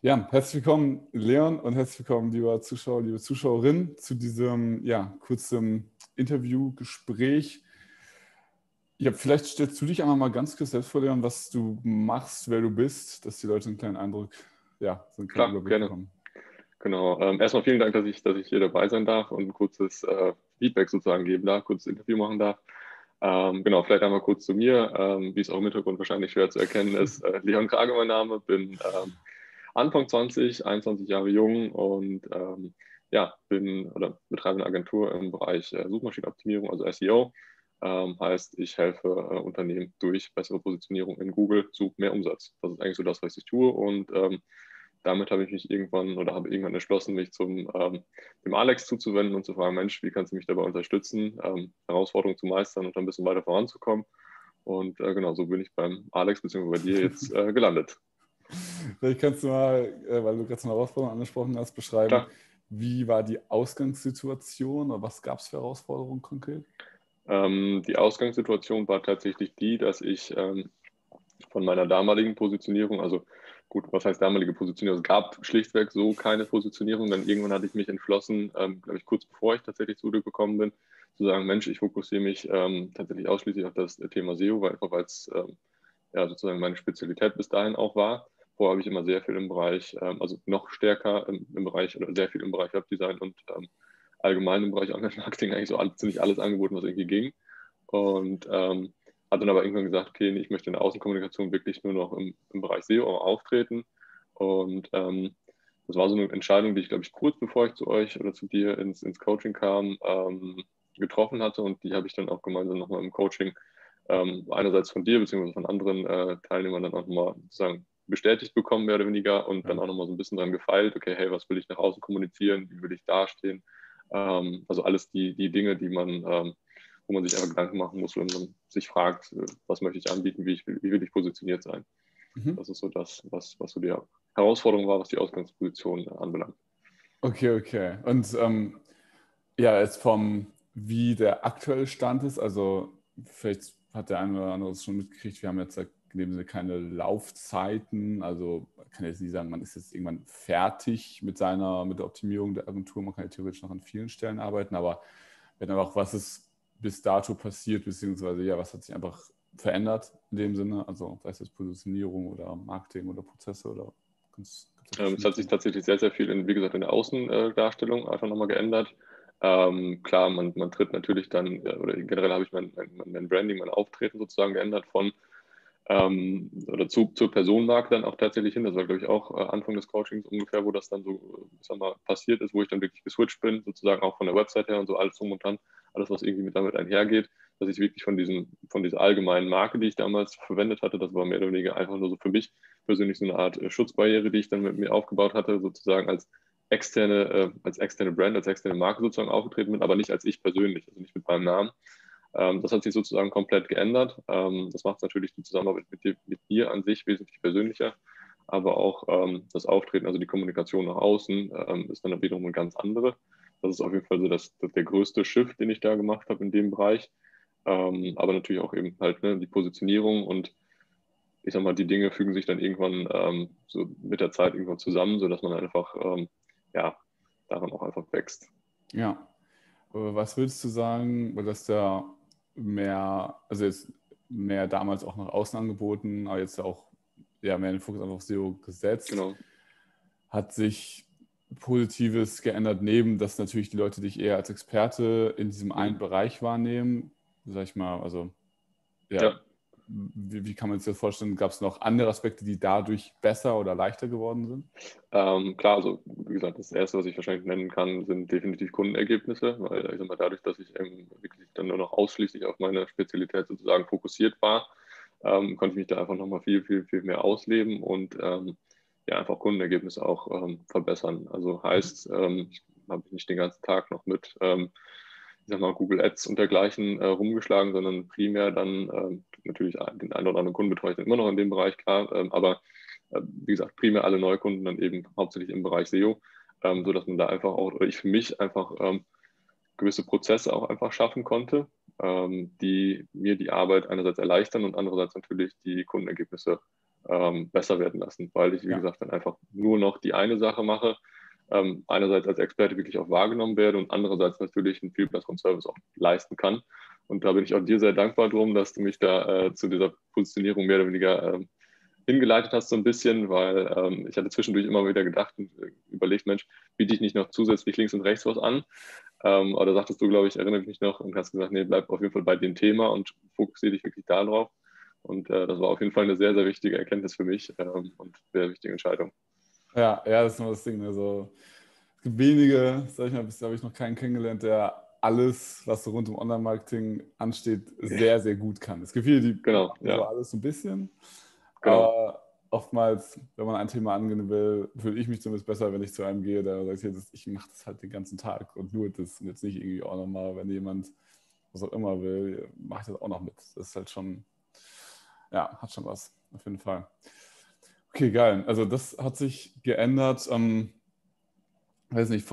Ja, herzlich willkommen, Leon, und herzlich willkommen, lieber Zuschauer, liebe Zuschauerin, zu diesem kurzen Interviewgespräch. Ja, vielleicht stellst du dich einmal mal ganz kurz selbst vor, Leon, was du machst, wer du bist, dass die Leute einen kleinen Eindruck, so einen kleinen Klar, Überblick gerne. bekommen. Genau. Erstmal vielen Dank, dass ich hier dabei sein darf und ein kurzes Feedback sozusagen geben darf, kurzes Interview machen darf. Genau, vielleicht einmal kurz zu mir. Wie es auch im Hintergrund wahrscheinlich schwer zu erkennen ist, Leon Krage mein Name, bin Anfang 20, 21 Jahre jung und bin oder betreibe eine Agentur im Bereich Suchmaschinenoptimierung, also SEO. Heißt, ich helfe Unternehmen durch bessere Positionierung in Google zu mehr Umsatz. Das ist eigentlich so das, was ich tue und damit habe ich mich irgendwann entschlossen, mich dem Alex zuzuwenden und zu fragen, Mensch, wie kannst du mich dabei unterstützen, Herausforderungen zu meistern und ein bisschen weiter voranzukommen. Und genau, so bin ich beim Alex bzw. bei dir jetzt gelandet. Vielleicht kannst du mal, weil du gerade so eine Herausforderung angesprochen hast, beschreiben, Klar. wie war die Ausgangssituation oder was gab es für Herausforderungen konkret? Die Ausgangssituation war tatsächlich die, dass ich von meiner damaligen Positionierung, also gut, was heißt damalige Positionierung? Es gab schlichtweg so keine Positionierung. Dann irgendwann hatte ich mich entschlossen, glaube ich, kurz bevor ich tatsächlich zu dir gekommen bin, zu sagen, Mensch, ich fokussiere mich tatsächlich ausschließlich auf das Thema SEO, weil es sozusagen meine Spezialität bis dahin auch war. Vorher habe ich immer sehr viel im Bereich, also noch stärker im Bereich oder sehr viel im Bereich Webdesign und allgemein im Bereich Online-Marketing eigentlich so ziemlich alles angeboten, was irgendwie ging. Und hat dann aber irgendwann gesagt, okay, ich möchte in der Außenkommunikation wirklich nur noch im Bereich SEO auch auftreten. Und das war so eine Entscheidung, die ich, glaube ich, kurz bevor ich zu euch oder zu dir ins Coaching kam, getroffen hatte. Und die habe ich dann auch gemeinsam nochmal im Coaching einerseits von dir beziehungsweise von anderen Teilnehmern dann auch nochmal sozusagen bestätigt bekommen, mehr oder weniger, und dann Ja. auch nochmal so ein bisschen dran gefeilt, okay, hey, was will ich nach außen kommunizieren, wie will ich dastehen? Also alles die Dinge, wo man sich einfach Gedanken machen muss, wenn man sich fragt, was möchte ich anbieten, wie will ich positioniert sein. Mhm. Das ist so das, was so die Herausforderung war, was die Ausgangsposition anbelangt. Okay, okay. Und jetzt wie der aktuelle Stand ist, also vielleicht hat der eine oder andere es schon mitgekriegt, wir haben jetzt in dem Sinne keine Laufzeiten, also man kann jetzt nicht sagen, man ist jetzt irgendwann fertig mit der Optimierung der Agentur, man kann ja theoretisch noch an vielen Stellen arbeiten, aber wenn einfach, was ist bis dato passiert, beziehungsweise was hat sich einfach verändert in dem Sinne, also sei es jetzt Positionierung oder Marketing oder Prozesse oder gibt's da Es verschiedene hat sich Themen. tatsächlich sehr, sehr viel, wie gesagt, in der Außendarstellung einfach nochmal geändert. Klar, man tritt natürlich dann, oder generell habe ich mein Branding, mein Auftreten sozusagen geändert oder zur Personenmarke dann auch tatsächlich hin. Das war, glaube ich, auch Anfang des Coachings ungefähr, wo das dann so, ich sag mal, passiert ist, wo ich dann wirklich geswitcht bin, sozusagen auch von der Website her und so alles drum und dran, alles, was irgendwie damit einhergeht, dass ich wirklich von dieser allgemeinen Marke, die ich damals verwendet hatte, das war mehr oder weniger einfach nur so für mich persönlich so eine Art Schutzbarriere, die ich dann mit mir aufgebaut hatte, sozusagen als externe Brand, als externe Marke sozusagen aufgetreten bin, aber nicht als ich persönlich, also nicht mit meinem Namen. Das hat sich sozusagen komplett geändert. Das macht natürlich die Zusammenarbeit mit dir an sich wesentlich persönlicher, aber auch das Auftreten, also die Kommunikation nach außen, ist dann wiederum eine ganz andere. Das ist auf jeden Fall so der größte Shift, den ich da gemacht habe in dem Bereich. Aber natürlich auch eben halt die Positionierung und ich sag mal, die Dinge fügen sich dann irgendwann so mit der Zeit irgendwann zusammen, sodass man einfach ja, daran auch einfach wächst. Ja. Was würdest du sagen, weil das ja mehr, also jetzt mehr damals auch nach außen angeboten, aber jetzt auch mehr den Fokus einfach auf SEO gesetzt, Genau. hat sich Positives geändert, neben dass natürlich die Leute dich eher als Experte in diesem einen Mhm. Bereich wahrnehmen, sag ich mal, also ja, Ja. wie kann man sich das vorstellen? Gab es noch andere Aspekte, die dadurch besser oder leichter geworden sind? Klar, also wie gesagt, das Erste, was ich wahrscheinlich nennen kann, sind definitiv Kundenergebnisse, weil ich sag mal, dadurch, dass ich wirklich dann nur noch ausschließlich auf meine Spezialität sozusagen fokussiert war, konnte ich mich da einfach nochmal viel, viel, viel mehr ausleben und einfach Kundenergebnisse auch verbessern. Also heißt, ich habe mich nicht den ganzen Tag noch mit ich sag mal, Google Ads und dergleichen rumgeschlagen, sondern primär dann natürlich den einen oder anderen Kunden betreue ich dann immer noch in dem Bereich, klar, aber wie gesagt, primär alle Neukunden dann eben hauptsächlich im Bereich SEO, sodass man da einfach auch, oder ich für mich einfach gewisse Prozesse auch einfach schaffen konnte, die mir die Arbeit einerseits erleichtern und andererseits natürlich die Kundenergebnisse besser werden lassen, weil ich, wie gesagt, dann einfach nur noch die eine Sache mache, einerseits als Experte wirklich auch wahrgenommen werde und andererseits natürlich einen viel besseren Service auch leisten kann. Und da bin ich auch dir sehr dankbar drum, dass du mich da zu dieser Positionierung mehr oder weniger hingeleitet hast so ein bisschen, weil ich hatte zwischendurch immer wieder gedacht und überlegt, Mensch, biete ich nicht noch zusätzlich links und rechts was an? Aber da sagtest du, glaube ich, erinnere mich noch und hast gesagt, nee, bleib auf jeden Fall bei dem Thema und fokussiere dich wirklich darauf. Und das war auf jeden Fall eine sehr, sehr wichtige Erkenntnis für mich und sehr wichtige Entscheidung. Ja, das ist nur das Ding. Also, es gibt wenige, sag ich mal, bisher habe ich noch keinen kennengelernt, der alles, was so rund um Online-Marketing ansteht, sehr, sehr gut kann. Es gibt viele, die Genau, machen so ja, alles so ein bisschen, genau. aber oftmals, wenn man ein Thema angehen will, fühle ich mich zumindest besser, wenn ich zu einem gehe, der sagt, hier, ich mache das halt den ganzen Tag und nur das und jetzt nicht irgendwie auch nochmal, wenn jemand was auch immer will, mache ich das auch noch mit. Das ist halt schon, ja, hat schon was, auf jeden Fall. Okay, geil. Also das hat sich geändert. Weiß nicht,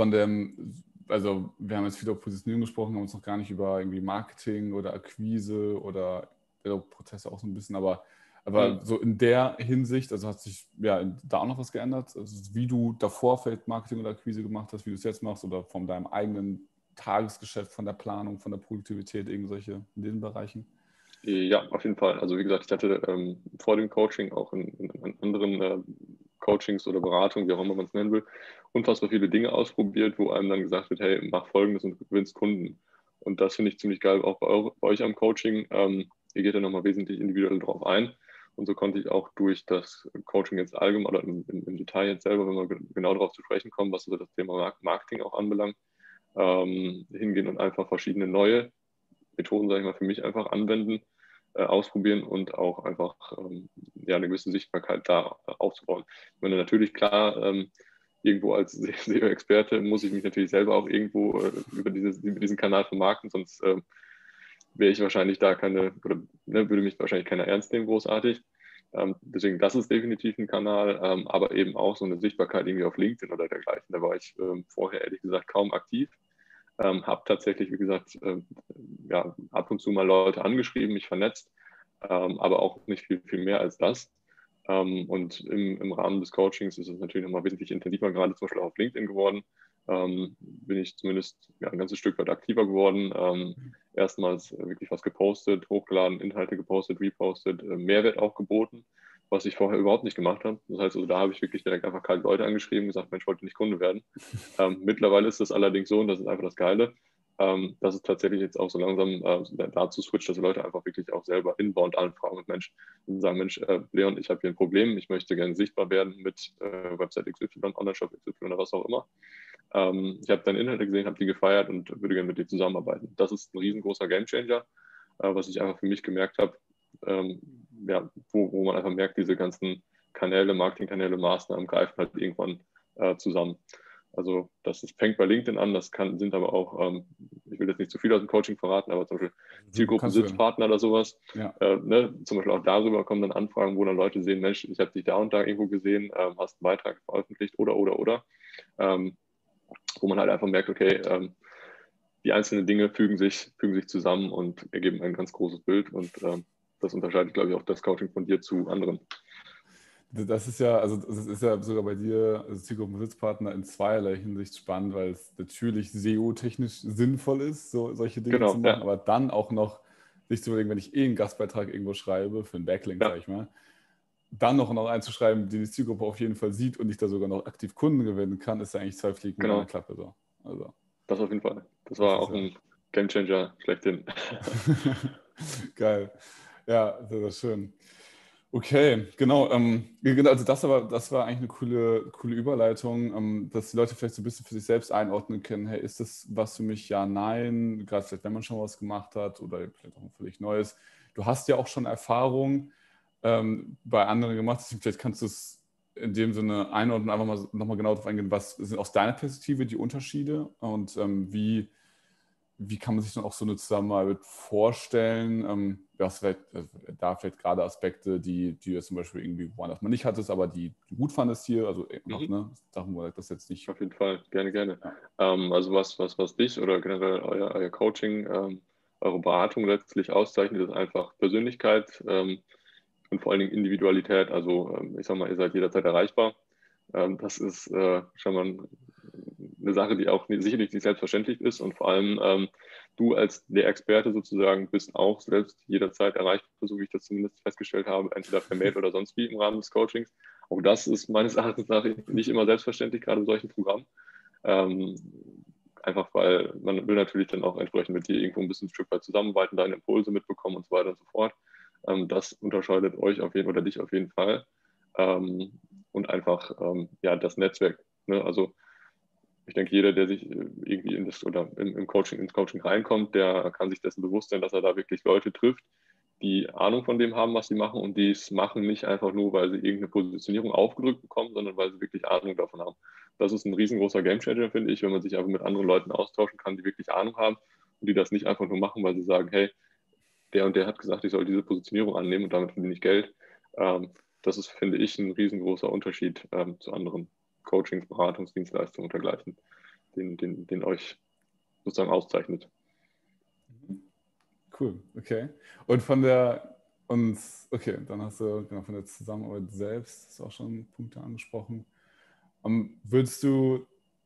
also wir haben jetzt viel über Positionierung gesprochen, haben uns noch gar nicht über irgendwie Marketing oder Akquise oder Prozesse auch so ein bisschen, aber so in der Hinsicht, also hat sich ja da auch noch was geändert? Also wie du davor vielleicht Marketing oder Akquise gemacht hast, wie du es jetzt machst oder von deinem eigenen Tagesgeschäft, von der Planung, von der Produktivität, irgendwelche in den Bereichen? Ja, auf jeden Fall. Also wie gesagt, ich hatte vor dem Coaching auch in anderen Coachings oder Beratungen, wie auch immer man es nennen will, unfassbar viele Dinge ausprobiert, wo einem dann gesagt wird, hey, mach Folgendes und du gewinnst Kunden. Und das finde ich ziemlich geil, auch bei euch am Coaching. Ihr geht ja nochmal wesentlich individuell drauf ein. Und so konnte ich auch durch das Coaching jetzt allgemein oder im Detail jetzt selber, wenn wir genau darauf zu sprechen kommen, was so das Thema Marketing auch anbelangt, hingehen und einfach verschiedene neue Methoden, sage ich mal, für mich einfach anwenden, ausprobieren und auch einfach ja, eine gewisse Sichtbarkeit da aufzubauen. Ich meine, natürlich klar, irgendwo als SEO-Experte muss ich mich natürlich selber auch irgendwo über diesen Kanal vermarkten, sonst wäre ich wahrscheinlich da keine, oder würde mich wahrscheinlich keiner ernst nehmen, großartig. Deswegen, das ist definitiv ein Kanal, aber eben auch so eine Sichtbarkeit irgendwie auf LinkedIn oder dergleichen. Da war ich vorher ehrlich gesagt kaum aktiv. Habe tatsächlich, wie gesagt, ja, ab und zu mal Leute angeschrieben, mich vernetzt, aber auch nicht viel mehr als das. Und im Rahmen des Coachings ist es natürlich nochmal wesentlich intensiver, gerade zum Beispiel auf LinkedIn geworden. Bin ich zumindest ja, ein ganzes Stück weit aktiver geworden. Erstmals wirklich was gepostet, hochgeladen, Inhalte gepostet, repostet, Mehrwert auch geboten, was ich vorher überhaupt nicht gemacht habe. Das heißt, also da habe ich wirklich direkt einfach kalt Leute angeschrieben, gesagt, Mensch, ich wollte nicht Kunde werden. Mittlerweile ist das allerdings so, und das ist einfach das Geile, dass es tatsächlich jetzt auch so langsam dazu switcht, dass die Leute einfach wirklich auch selber inbound anfragen und sagen, Mensch, Leon, ich habe hier ein Problem, ich möchte gerne sichtbar werden mit Website XY, Online-Shop XY oder was auch immer. Ich habe deine Inhalte gesehen, habe die gefeiert und würde gerne mit dir zusammenarbeiten. Das ist ein riesengroßer Gamechanger, was ich einfach für mich gemerkt habe, ja, wo man einfach merkt, diese ganzen Kanäle, Marketingkanäle, Maßnahmen greifen halt irgendwann zusammen. Also fängt bei LinkedIn an, sind aber auch, ich will jetzt nicht zu viel aus dem Coaching verraten, aber zum Beispiel Zielgruppensitzpartner oder sowas. Ja. Zum Beispiel auch darüber kommen dann Anfragen, wo dann Leute sehen, Mensch, ich habe dich da und da irgendwo gesehen, hast einen Beitrag veröffentlicht oder. Wo man halt einfach merkt, okay, die einzelnen Dinge fügen sich zusammen und ergeben ein ganz großes Bild und das unterscheidet, glaube ich, auch das Coaching von dir zu anderen. Das ist ja, also das ist ja sogar bei dir, also Zielgruppensitzpartner in zweierlei Hinsicht spannend, weil es natürlich SEO-technisch sinnvoll ist, solche Dinge zu Genau, machen, ja. aber dann auch noch sich zu überlegen, wenn ich einen Gastbeitrag irgendwo schreibe, für einen Backlink, Ja. sage ich mal, dann noch einzuschreiben, die Zielgruppe auf jeden Fall sieht und ich da sogar noch aktiv Kunden gewinnen kann, ist ja eigentlich zwei Fliegen mit einer Genau, Klappe so. Also, das auf jeden Fall. Das das war ist auch ja ein Gamechanger schlechthin. geil. Ja, das ist schön. Okay, genau. Genau, also das war eigentlich eine coole Überleitung, dass die Leute vielleicht so ein bisschen für sich selbst einordnen können, hey, ist das was für mich? Ja, nein, gerade vielleicht, wenn man schon was gemacht hat oder vielleicht auch ein völlig Neues. Du hast ja auch schon Erfahrung bei anderen gemacht, vielleicht kannst du es in dem Sinne einordnen, einfach mal nochmal genau darauf eingehen, was sind aus deiner Perspektive die Unterschiede und wie kann man sich dann auch so eine Zusammenarbeit vorstellen? Was da vielleicht gerade Aspekte, die du jetzt zum Beispiel irgendwie woanders mal nicht hattest, aber die du gut fandest hier, also noch, ne, Sachen, wo das jetzt nicht. Auf jeden Fall, gerne. Ja. Also was dich oder generell euer Coaching, eure Beratung letztlich auszeichnet, ist einfach Persönlichkeit, und vor allen Dingen Individualität. Also ich sag mal, ihr seid jederzeit erreichbar. Das ist schon mal eine Sache, die auch sicherlich nicht selbstverständlich ist, und vor allem du als der Experte sozusagen bist auch selbst jederzeit erreichbar, so wie ich das zumindest festgestellt habe, entweder per Mail oder sonst wie im Rahmen des Coachings. Auch das ist meines Erachtens nach nicht immer selbstverständlich, gerade in solchen Programmen. Einfach weil man will natürlich dann auch entsprechend mit dir irgendwo ein bisschen ein Stück weit zusammenarbeiten, deine Impulse mitbekommen und so weiter und so fort. Das unterscheidet euch auf jeden oder dich auf jeden Fall. Und einfach ja, das Netzwerk. Ne? Also ich denke, jeder, der sich irgendwie in das oder ins Coaching reinkommt, der kann sich dessen bewusst sein, dass er da wirklich Leute trifft, die Ahnung von dem haben, was sie machen, und die es machen nicht einfach nur, weil sie irgendeine Positionierung aufgedrückt bekommen, sondern weil sie wirklich Ahnung davon haben. Das ist ein riesengroßer Gamechanger, finde ich, wenn man sich einfach mit anderen Leuten austauschen kann, die wirklich Ahnung haben und die das nicht einfach nur machen, weil sie sagen, hey, der und der hat gesagt, ich soll diese Positionierung annehmen und damit verdiene ich Geld. Das ist, finde ich, ein riesengroßer Unterschied zu anderen Coachings, Beratungsdienstleistungen und dergleichen, den euch sozusagen auszeichnet. Cool, okay. Okay, dann hast du genau von der Zusammenarbeit selbst, hast du auch schon Punkte angesprochen. Würdest du,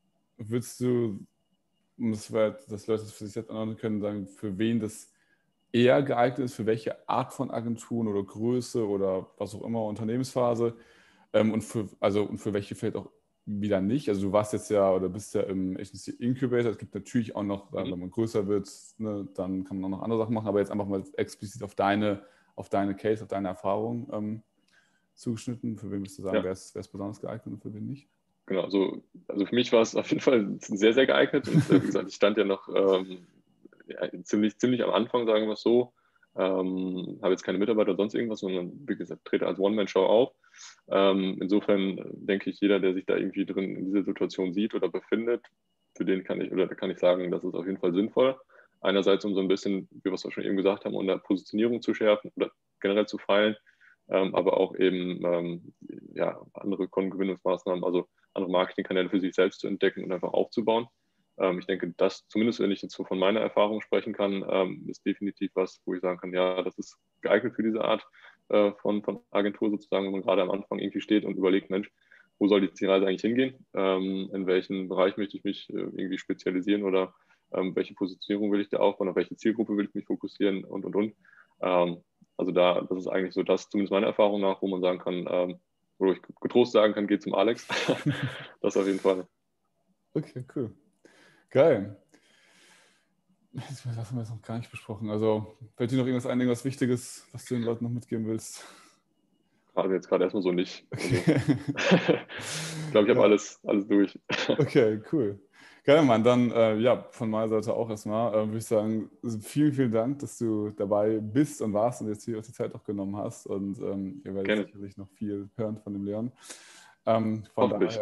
dass Leute das für sich selbst anordnen können, sagen, für wen das eher geeignet ist, für welche Art von Agenturen oder Größe oder was auch immer, Unternehmensphase, und für welche vielleicht auch wieder nicht. Also du warst jetzt ja oder bist ja im Agency Incubator. Es gibt natürlich auch noch, wenn man größer wird, ne, dann kann man auch noch andere Sachen machen, aber jetzt einfach mal explizit auf deine Case, auf deine Erfahrung zugeschnitten. Für wen würdest du sagen, Ja. wer ist besonders geeignet und für wen nicht? Genau, also für mich war es auf jeden Fall sehr, sehr geeignet, und wie gesagt, ich stand ja noch ja, ziemlich am Anfang, sagen wir es so. Habe jetzt keine Mitarbeiter oder sonst irgendwas, sondern wie gesagt, trete als One-Man-Show auf. Insofern denke ich, jeder, der sich da irgendwie drin in dieser Situation sieht oder befindet, für den kann ich sagen, das ist auf jeden Fall sinnvoll. Einerseits, um so ein bisschen, wie wir es auch schon eben gesagt haben, um der Positionierung zu schärfen oder generell zu feilen, aber auch eben ja, andere Kundengewinnungsmaßnahmen, also andere Marketingkanäle für sich selbst zu entdecken und einfach aufzubauen. Ich denke, das, zumindest wenn ich jetzt so von meiner Erfahrung sprechen kann, ist definitiv was, wo ich sagen kann, ja, das ist geeignet für diese Art von Agentur sozusagen, wenn man gerade am Anfang irgendwie steht und überlegt, Mensch, wo soll die Reise eigentlich hingehen? In welchen Bereich möchte ich mich irgendwie spezialisieren, oder welche Positionierung will ich da aufbauen, auf welche Zielgruppe will ich mich fokussieren und. Also das ist eigentlich so das, zumindest meiner Erfahrung nach, wo man sagen kann, wo ich getrost sagen kann, geht zum Alex. Das auf jeden Fall. Okay, cool. Geil. Das haben wir jetzt noch gar nicht besprochen. Also, fällt dir noch irgendwas Wichtiges, was du den Leuten noch mitgeben willst? Gerade erstmal so nicht. Okay. Also, ich glaube, ich habe alles durch. Okay, cool. Geil, Mann. Dann, ja, von meiner Seite auch erstmal, würde ich sagen, vielen, vielen Dank, dass du dabei bist und warst und jetzt hier auch die Zeit auch genommen hast. Und ihr werdet Gerne. sicherlich noch viel hören von dem Leon. Von Hoffentlich.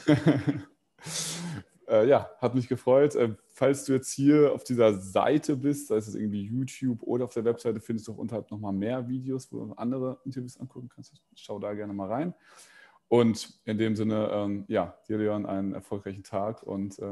daher, ja, hat mich gefreut. Falls du jetzt hier auf dieser Seite bist, sei es irgendwie YouTube oder auf der Webseite, findest du auch unterhalb nochmal mehr Videos, wo du andere Interviews angucken kannst. Schau da gerne mal rein. Und in dem Sinne, ja, dir, Leon, einen erfolgreichen Tag und